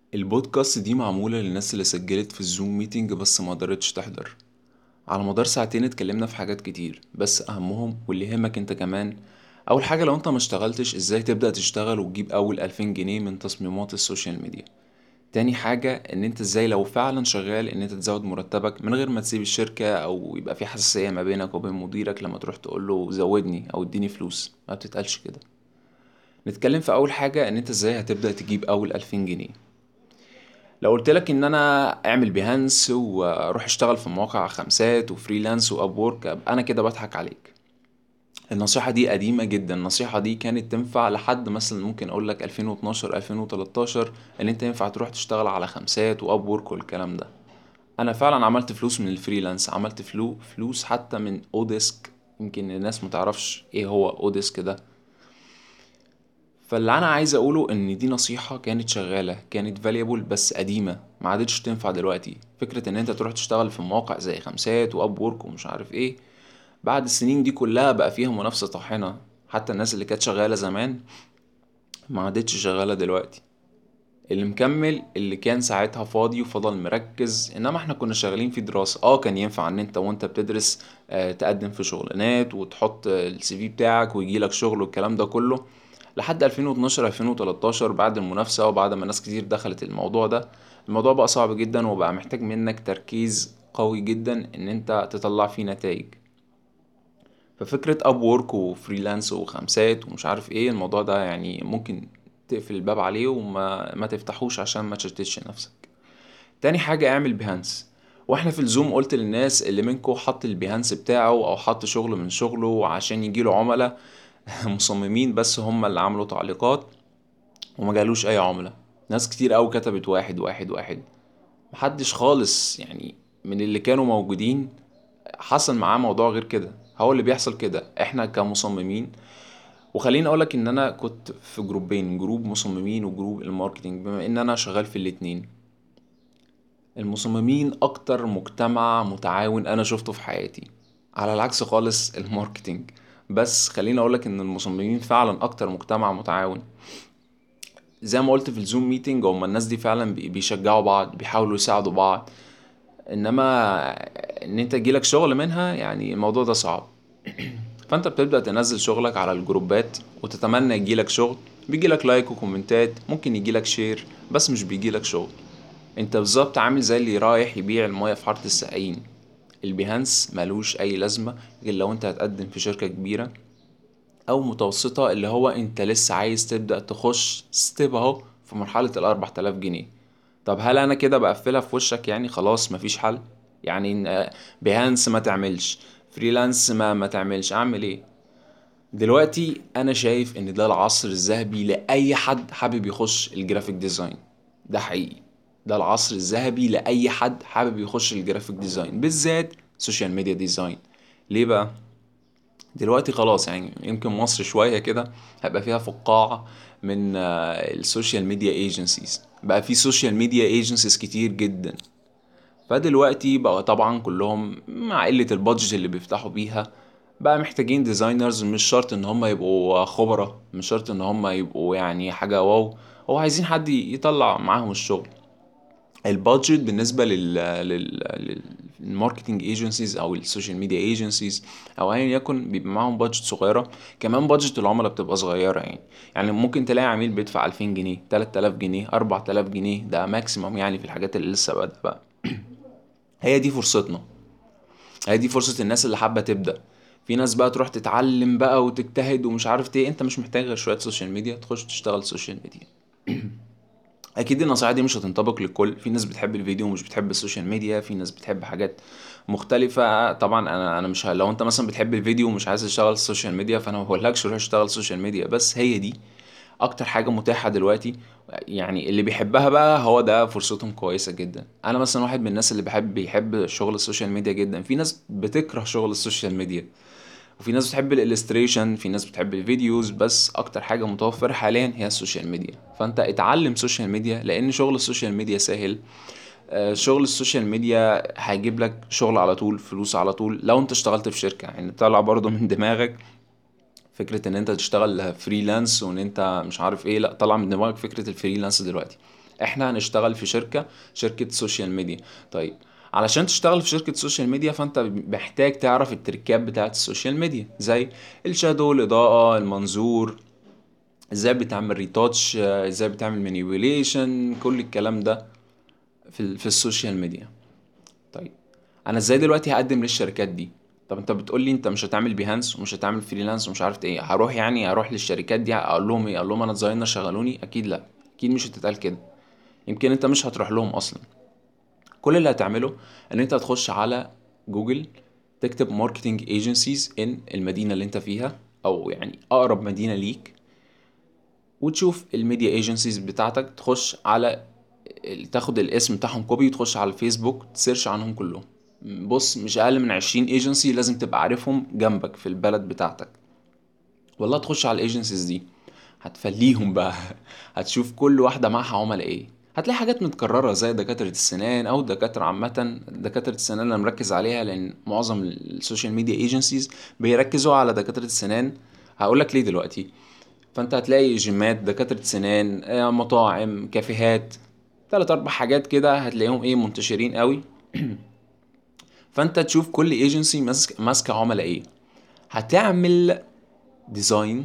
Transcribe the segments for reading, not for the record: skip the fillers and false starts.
البودكاست دي معمولة للناس اللي سجلت في الزوم ميتنج بس ما قدرتش تحضر. على مدار ساعتين اتكلمنا في حاجات كتير، بس أهمهم واللي يهمك انت كمان: أول حاجة، لو انت ما اشتغلتش ازاي تبدأ تشتغل وتجيب أول 2000 جنيه من تصميمات السوشيال ميديا. تاني حاجة، ان انت ازاي لو فعلا شغال ان انت تزود مرتبك من غير ما تسيب الشركة او يبقى في حساسية ما بينك وبين مديرك لما تروح تقوله زودني او اديني فلوس، ما بتتقالش كده. نتكلم في أول حاجة، ان انت ازاي هتبدأ تجيب أول 2000 جنيه. لو قلت لك ان انا اعمل بيهانس واروح اشتغل في مواقع خمسات وفريلانس واب وورك، أبقى انا كده بضحك عليك. النصيحة دي قديمة جدا، النصيحة دي كانت تنفع لحد مثلا ممكن اقول لك 2012 2013، ان انت ينفع تروح تشتغل على خمسات واب وورك والكلام ده. انا فعلا عملت فلوس من الفريلانس، عملت فلوس حتى من اوديسك. يمكن الناس متعرفش ايه هو اوديسك ده. فاللي انا عايز اقوله ان دي نصيحة كانت شغالة، كانت valuable، بس قديمة ما عادتش تنفع دلوقتي. فكرة ان انت تروح تشتغل في مواقع زي خمسات واب وورك ومش عارف ايه، بعد السنين دي كلها بقى فيها منافسة طاحنة. حتى الناس اللي كانت شغالة زمان ما عادتش شغالة دلوقتي. اللي مكمل اللي كان ساعتها فاضي وفضل مركز، انما احنا كنا شغالين في دراسة. كان ينفع ان انت وانت بتدرس تقدم في شغلانات وتحط السي في بتاعك ويجيلك شغل والكلام ده كله. لحد 2012 2013 بعد المنافسة وبعد ما ناس كتير دخلت الموضوع ده، الموضوع بقى صعب جدا وبقى محتاج منك تركيز قوي جدا ان انت تطلع فيه نتائج. ففكرة اب وورك وفريلانس وخمسات ومش عارف ايه، الموضوع ده يعني ممكن تقفل الباب عليه وما ما تفتحوش عشان ما تشتتش نفسك. تاني حاجة، اعمل بيهانس. واحنا في الزوم قلت للناس اللي منكم حط البيهانس بتاعه او حط شغل من شغله عشان يجيله عملاء مصممين بس هم اللي عملوا تعليقات وما جالوش اي عملاء. ناس كتير قوي كتبت واحد واحد واحد، محدش خالص يعني من اللي كانوا موجودين حصل معاه موضوع غير كده. هو اللي بيحصل كده احنا كمصممين. وخليني اقولك ان انا كنت في جروبين، جروب مصممين وجروب الماركتينج، بما ان انا شغال في الاتنين. المصممين اكتر مجتمع متعاون انا شفته في حياتي، على العكس خالص الماركتينج. بس خليني اقولك ان المصممين فعلا اكتر مجتمع متعاون. زي ما قلت في الزوم ميتنج، هما الناس دي فعلا بيشجعوا بعض، بيحاولوا يساعدوا بعض. انما ان انت يجيلك شغل منها يعني الموضوع ده صعب. فانت بتبدأ تنزل شغلك على الجروبات وتتمنى يجيلك شغل. بيجيلك لايك وكومنتات، ممكن يجيلك شير، بس مش بيجيلك شغل. انت بالظبط عامل زي اللي رايح يبيع المية في حارة السقايين. البيهانس ملوش اي لازمة غير لو انت هتقدم في شركة كبيرة او متوسطة، اللي هو انت لسه عايز تبدأ تخش ستيب اهو في مرحلة ال4000 جنيه. طب هل انا كده بقفلها في وشك يعني خلاص مفيش حل؟ يعني بيهانس ما تعملش، فريلانس ما تعملش، اعمل ايه؟ دلوقتي انا شايف ان ده العصر الذهبي لاي حد حابب يخش الجرافيك ديزاين. ده حقيقي، ده العصر الذهبي لاي حد حابب يخش الجرافيك ديزاين، بالذات سوشيال ميديا ديزاين. ليه بقى؟ دلوقتي خلاص يعني يمكن مصر شوية كده هيبقى فيها فقاعة من السوشيال ميديا ايجنسيز. بقى في سوشيال ميديا ايجنسيز كتير جدا. فدلوقتي بقى طبعا كلهم مع قلة البادجت اللي بيفتحوا بيها بقى محتاجين ديزاينرز. مش شرط ان هم يبقوا خبرة، مش شرط ان هم يبقوا يعني حاجة واو، هو عايزين حد يطلع معاهم الشغل. البادجت بالنسبه للماركتنج ايجنسيز او السوشيال ميديا ايجنسيز او ايا يكن بيبقى معاهم بادجت صغيره. كمان بادجت العملاء بتبقى صغيره يعني ممكن تلاقي عميل بيدفع 2000 جنيه، 3000 جنيه، 4000 جنيه، ده ماكسيموم يعني في الحاجات اللي لسه بادئه بقى. هي دي فرصتنا، هي دي فرصه الناس اللي حابه تبدا. في ناس بقى تروح تتعلم بقى وتجتهد ومش عارف ايه، انت مش محتاج غير شويه سوشيال ميديا تخش تشتغل سوشيال ميديا. اكيد النصيحه دي مش هتنطبق للكل، في ناس بتحب الفيديو ومش بتحب السوشيال ميديا، في ناس بتحب حاجات مختلفه. طبعا انا مش لو انت مثلا بتحب الفيديو ومش عايز تشتغل السوشيال ميديا فانا ما بقولكش روح اشتغل سوشيال ميديا، بس هي دي اكتر حاجه متاحه دلوقتي. يعني اللي بيحبها بقى هو ده فرصتهم كويسه جدا. انا مثلا واحد من الناس اللي بيحب شغل السوشيال ميديا جدا. في ناس بتكره شغل السوشيال ميديا، وفي ناس بتحب الالستريشن، في ناس بتحب الفيديوز، بس اكتر حاجة متوفرة حاليا هي السوشيال ميديا. فانت اتعلم سوشيال ميديا لان شغل السوشيال ميديا سهل. شغل السوشيال ميديا هيجيب لك شغل على طول، فلوس على طول لو انت اشتغلت في شركة. يعني طلع برضو من دماغك فكرة ان انت تشتغل فريلانس وان انت مش عارف ايه، لا طلع من دماغك فكرة الفريلانس دلوقتي. احنا هنشتغل في شركة سوشيال ميديا. طيب، علشان تشتغل في شركة سوشيال ميديا فانت محتاج تعرف التركات بتاعت السوشيال ميديا، زي الشادو، الإضاءة، المنظور، ازاي بتعمل ريتاتش، ازاي بتعمل مانيبيوليشن، كل الكلام ده في السوشيال ميديا. طيب، انا ازاي دلوقتي هقدم للشركات دي؟ طب انت بتقول لي انت مش هتعمل بيهانس ومش هتعمل فريلانس ومش عارف ايه، هروح يعني اروح للشركات دي اقول لهم ايه؟ اقول لهم انا ديزاينر شغلوني؟ اكيد لا، اكيد مش هتتقال كده. يمكن انت مش هتروح لهم اصلا. كل اللي هتعمله ان انت هتخش على جوجل، تكتب ماركتنج ايجنسيز ان المدينه اللي انت فيها، او يعني اقرب مدينه ليك، وتشوف الميديا ايجنسيز بتاعتك، تخش على تاخد الاسم بتاعهم كوبي وتخش على الفيسبوك تسيرش عنهم كلهم. بص، مش اقل من 20 ايجنسي لازم تبقى عارفهم جنبك في البلد بتاعتك. والله تخش على الايجنسيز دي هتفليهم بقى هتشوف كل واحدة معاها عملاء ايه. هتلاقي حاجات متكررة زي دكاترة السنان او دكاترة عامة. دكاترة السنان انا مركز عليها لان معظم السوشيال ميديا ايجنسيز بيركزوا على دكاترة السنان. هقولك ليه دلوقتي. فانت هتلاقي جيمات، دكاترة سنان، مطاعم، كافيهات، تلات اربع حاجات كده هتلاقيهم ايه منتشرين قوي. فانت تشوف كل ايجنسي ماسكه عملاء ايه. هتعمل ديزاين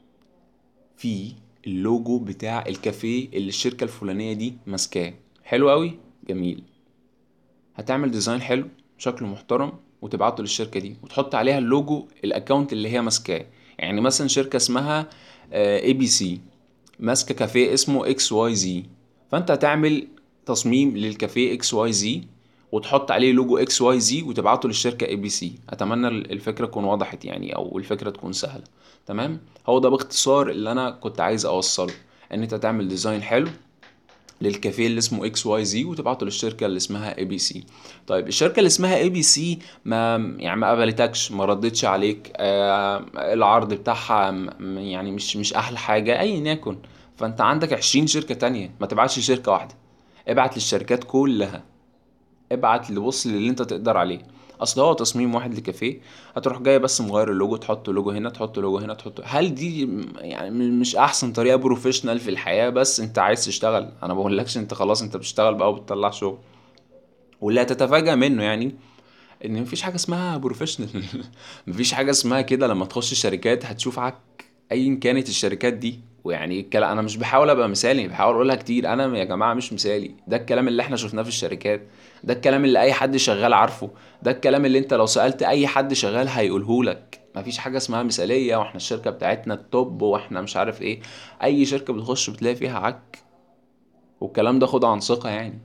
في اللوجو بتاع الكافيه اللي الشركة الفلانية دي ماسكاه. حلو قوي، جميل. هتعمل ديزاين حلو شكله محترم وتبعته للشركة دي وتحط عليها اللوجو الاكونت اللي هي ماسكاه. يعني مثلا شركة اسمها اي بي سي ماسكة كافيه اسمه اكس واي زي، فانت هتعمل تصميم للكافيه اكس واي زي وتحط عليه لوجو اكس واي زي وتبعته للشركة اي بي سي. اتمنى الفكرة تكون وضحت يعني، او الفكرة تكون سهلة. تمام، هو ده باختصار اللي انا كنت عايز اوصله، ان انت تعمل ديزاين حلو للكافيه اللي اسمه اكس واي زي وتبعته للشركه اللي اسمها اي بي سي. طيب، الشركه اللي اسمها اي بي سي ما قبلتكش، ما ردتش عليك، العرض بتاعها يعني مش احلى حاجه ايا يكن. فانت عندك 20 شركه تانية، ما تبعتش شركه واحده، ابعت للشركات كلها. ابعت اللي بص للي انت تقدر عليه. اصل هو تصميم واحد لكافيه، هتروح جاي بس مغير اللوجو، تحط لوجو هنا، تحط لوجو هنا، تحط. هل دي يعني مش احسن طريقه بروفيشنال في الحياه؟ بس انت عايز تشتغل، انا بقولكش انت خلاص انت بتشتغل بقى وبتطلع شغل. واللي هتتفاجأ منه يعني ان مفيش حاجه اسمها بروفيشنال مفيش حاجه اسمها كده. لما تخش الشركات هتشوف عك ايا كانت الشركات دي. ويعني الكلام، انا مش بحاول ابقى مثالي، بحاول اقولها كتير، انا يا جماعه مش مثالي. ده الكلام اللي احنا شفناه في الشركات، ده الكلام اللي اي حد شغال عارفه، ده الكلام اللي انت لو سألت اي حد شغال هيقولهولك. مفيش حاجه اسمها مثاليه واحنا الشركه بتاعتنا التوب واحنا مش عارف ايه. اي شركه بتخش بتلاقي فيها عك، والكلام ده خد عن ثقه يعني.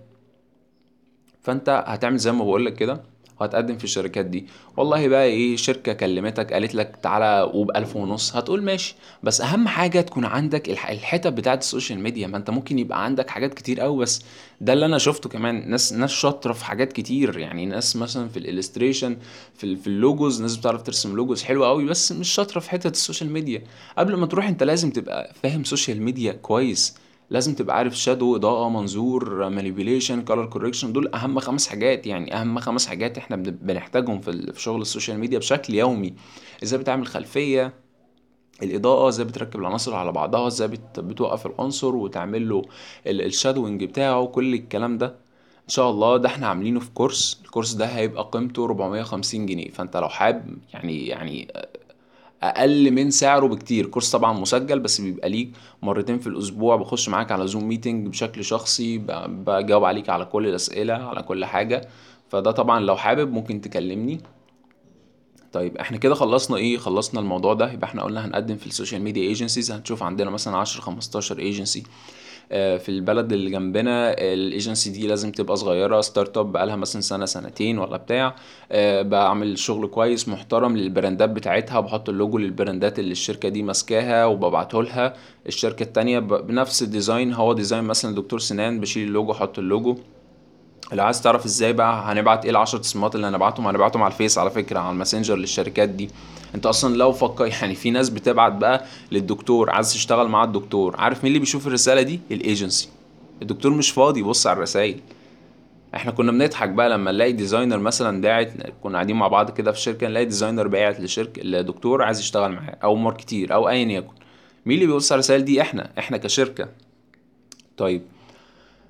فانت هتعمل زي ما بقولك كده، وهتقدم في الشركات دي. والله بقى ايه، شركة كلمتك قالت لك تعالى وبألف ونص، هتقول ماشي. بس اهم حاجة تكون عندك الحتة بتاعت السوشيال ميديا. ما انت ممكن يبقى عندك حاجات كتير قوي، بس ده اللي انا شفته كمان. ناس شاطرة في حاجات كتير يعني، ناس مثلا في الالستريشن، في اللوجوز، ناس بتعرف ترسم لوجوز حلوة قوي بس مش شاطرة في حتة السوشيال ميديا. قبل ما تروح انت لازم تبقى فاهم سوشيال ميديا كويس. لازم تبقى عارف شادو، اضاءة، منظور، مانيبيوليشن، كولر كوريكشن. دول اهم خمس حاجات يعني، اهم خمس حاجات احنا بنحتاجهم في شغل السوشيال ميديا بشكل يومي. ازاي بتعمل خلفية، الاضاءة، ازاي بتركب العناصر على بعضها، ازاي بتوقف العنصر وتعمل له الشادوينج بتاعه، كل الكلام ده ان شاء الله ده احنا عاملينه في كورس. الكورس ده هيبقى قيمته 450 جنيه. فانت لو حابب يعني اقل من سعره بكتير. كورس طبعا مسجل بس بيبقى ليك مرتين في الاسبوع، بخش معاك على زوم ميتنج بشكل شخصي، بجاوب عليك على كل الاسئله على كل حاجه. فده طبعا لو حابب ممكن تكلمني. طيب، احنا كده خلصنا ايه؟ خلصنا الموضوع ده. يبقى احنا قلنا هنقدم في السوشيال ميديا ايجنسيز. هنشوف عندنا مثلا 10 15 ايجنسي في البلد اللي جنبنا. الايجنسي دي لازم تبقى صغيره، ستارت اب بقالها مثلا سنه سنتين ولا بتاع. بعمل شغل كويس محترم للبراندات بتاعتها، بحط اللوجو للبراندات اللي الشركه دي ماسكاها وببعته لها. الشركه التانية بنفس الديزاين، هو ديزاين مثلا دكتور سنان، بشيل اللوجو احط اللوجو. لو عايز تعرف ازاي بقى هنبعت ايه العشر تصميمات اللي هنبعتهم على الفيس على فكرة، على الماسنجر للشركات دي. انت اصلا لو فكر يعني في ناس بتبعت بقى للدكتور، عايز تشتغل مع الدكتور، عارف مين اللي بيشوف الرسالة دي؟ الايجنسي. الدكتور مش فاضي يبص على الرسائل. احنا كنا بنضحك بقى لما نلاقي ديزاينر مثلا باعت، كنا قاعدين مع بعض كده في شركة، نلاقي ديزاينر باعت لشركة الدكتور عايز يشتغل معاه، او ماركتير او ايا يكن. مين اللي بيبص على الرسائل دي؟ احنا كشركة. طيب،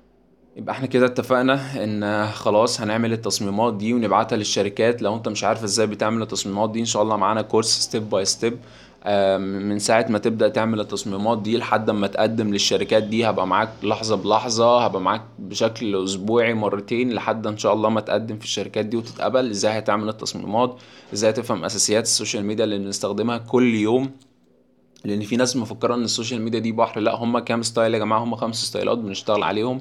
يبقى احنا كده اتفقنا ان خلاص هنعمل التصميمات دي ونبعتها للشركات. لو انت مش عارف ازاي بتعمل التصميمات دي، ان شاء الله معانا كورس ستيب باي ستيب. من ساعة ما تبدأ تعمل التصميمات دي لحد ما تقدم للشركات دي، هبقى معاك لحظة بلحظة، هبقى معاك بشكل أسبوعي مرتين لحد إن شاء الله ما تقدم في الشركات دي وتتقبل. ازاي هتعمل التصميمات، ازاي تفهم أساسيات السوشيال ميديا اللي بنستخدمها كل يوم. لأن في ناس مفكرة إن السوشيال ميديا دي بحر، لا، هما كام ستايل يا جماعة؟ هما 5 ستايلات بنشتغل عليهم.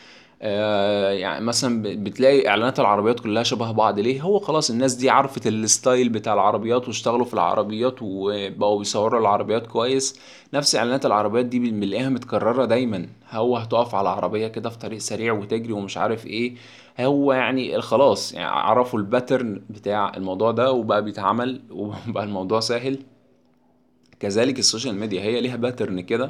يعني مثلا بتلاقي اعلانات العربيات كلها شبه بعض. ليه؟ هو خلاص الناس دي عرفت الستايل بتاع العربيات واشتغلوا في العربيات وبقوا بيصوروا العربيات كويس. نفس اعلانات العربيات دي بنلاقيها متكررة دايما. هو هتقف على عربية كده في طريق سريع وتجري ومش عارف ايه. هو يعني خلاص يعني عرفوا الباترن بتاع الموضوع ده وبقى بيتعمل وبقى الموضوع سهل. كذلك السوشيال ميديا هي ليها باترن كده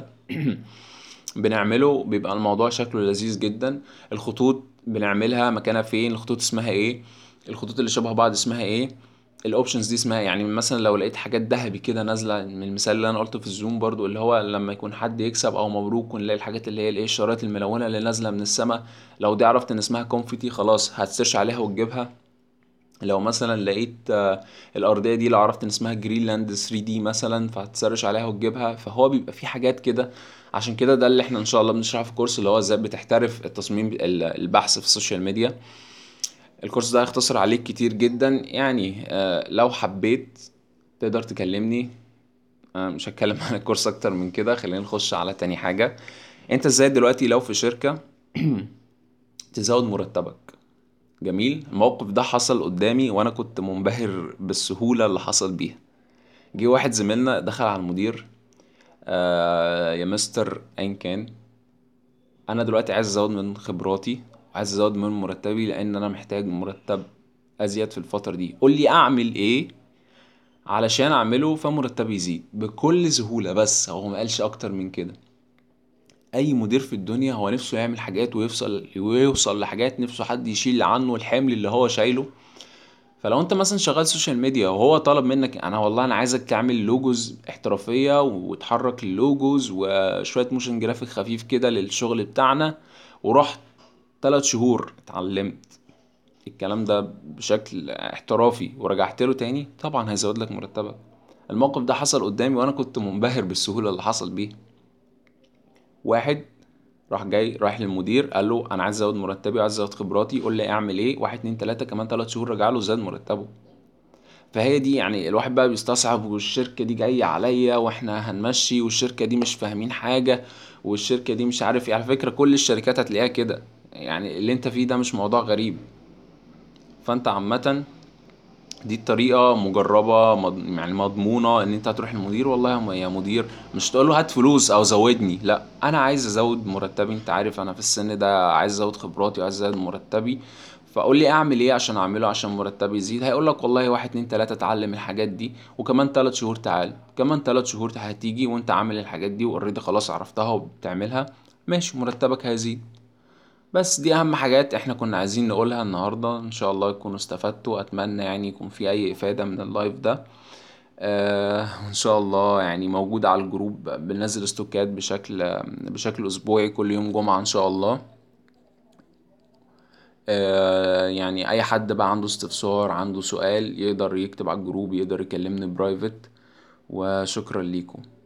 بنعمله، بيبقى الموضوع شكله لذيذ جدا. الخطوط بنعملها مكانها فين، الخطوط اسمها ايه، الخطوط اللي شبه بعض اسمها ايه، الاوبشنز دي اسمها إيه. يعني مثلا لو لقيت حاجات ذهبي كده نازله، من المثال اللي انا قلته في الزوم برضو، اللي هو لما يكون حد يكسب او مبروك ونلاقي الحاجات اللي هي الايه، الشرايط الملونه اللي نازله من السماء، لو دي عرفت ان اسمها كونفيتي خلاص هتسيرش عليها وتجيبها. لو مثلا لقيت الارضيه دي، لو عرفت ان اسمها جرينلاند 3 دي مثلا، فهتسرش عليها وتجيبها. فهو بيبقى في حاجات كده. عشان كده ده اللي احنا ان شاء الله بنشرحه في الكورس، اللي هو ازاي بتحترف التصميم البحث في السوشيال ميديا. الكورس ده هيختصر عليك كتير جدا يعني. لو حبيت تقدر تكلمني. مش هتكلم عن الكورس اكتر من كده. خلينا نخش على تاني حاجة. انت ازاي دلوقتي لو في شركة تزود مرتبك؟ جميل. الموقف ده حصل قدامي وانا كنت منبهر بالسهولة اللي حصل بيها. جه واحد زميلنا دخل على المدير: يا مستر ايا كان، انا دلوقتي عايز ازود من خبراتي، وعايز ازود من مرتبي لان انا محتاج مرتب ازيد في الفترة دي. قول لي اعمل ايه علشان اعمله فمرتبي يزيد بكل سهولة. بس هو ما قالش اكتر من كده. اي مدير في الدنيا هو نفسه يعمل حاجات ويوصل لحاجات، نفسه حد يشيل عنه الحمل اللي هو شايله. فلو انت مثلا شغال سوشيال ميديا وهو طلب منك: انا والله انا عايزك تعمل لوجوز احترافية وتحرك اللوجوز وشوية موشن جرافيك خفيف كده للشغل بتاعنا، ورحت 3 شهور اتعلمت الكلام ده بشكل احترافي ورجعت له تاني، طبعا هيزود لك مرتبك. الموقف ده حصل قدامي وانا كنت منبهر بالسهولة اللي حصل بيه. واحد راح جاي رايح للمدير قال له: انا عايز ازود مرتبي وعايز ازود خبراتي، قول لي اعمل ايه. واحد اتنين تلاتة، كمان 3 شهور رجع له زاد مرتبه. فهي دي يعني الواحد بقى بيستصعب، والشركة دي جاية عليا واحنا هنمشي، والشركة دي مش فاهمين حاجة، والشركة دي مش عارف ايه. على فكرة كل الشركات هتلاقيها كده. يعني اللي انت فيه ده مش موضوع غريب. فانت عامة دي الطريقة مجربة يعني مضمونة ان انت هتروح للمدير: والله يا مدير، مش تقول له هات فلوس او زودني، لا، انا عايز ازود مرتبي. انت عارف انا في السن ده عايز ازود خبراتي وعايز ازود مرتبي، فقول لي اعمل ايه عشان اعمله عشان مرتبي يزيد. هيقول لك: والله واحد اتنين تلاتة اتعلم الحاجات دي، وكمان 3 شهور تعال، كمان 3 شهور هتيجي وانت عامل الحاجات دي واوريدي خلاص عرفتها وبتعملها، ماشي، مرتبك هيزيد. بس دي اهم حاجات احنا كنا عايزين نقولها النهاردة. ان شاء الله يكونوا استفدتوا. اتمنى يعني يكون في اي افادة من اللايف ده. وان شاء الله يعني موجود على الجروب، بننزل استوكات بشكل اسبوعي كل يوم جمعة ان شاء الله. يعني اي حد بقى عنده استفسار، عنده سؤال، يقدر يكتب على الجروب، يقدر يكلمني برايفت. وشكرا ليكم.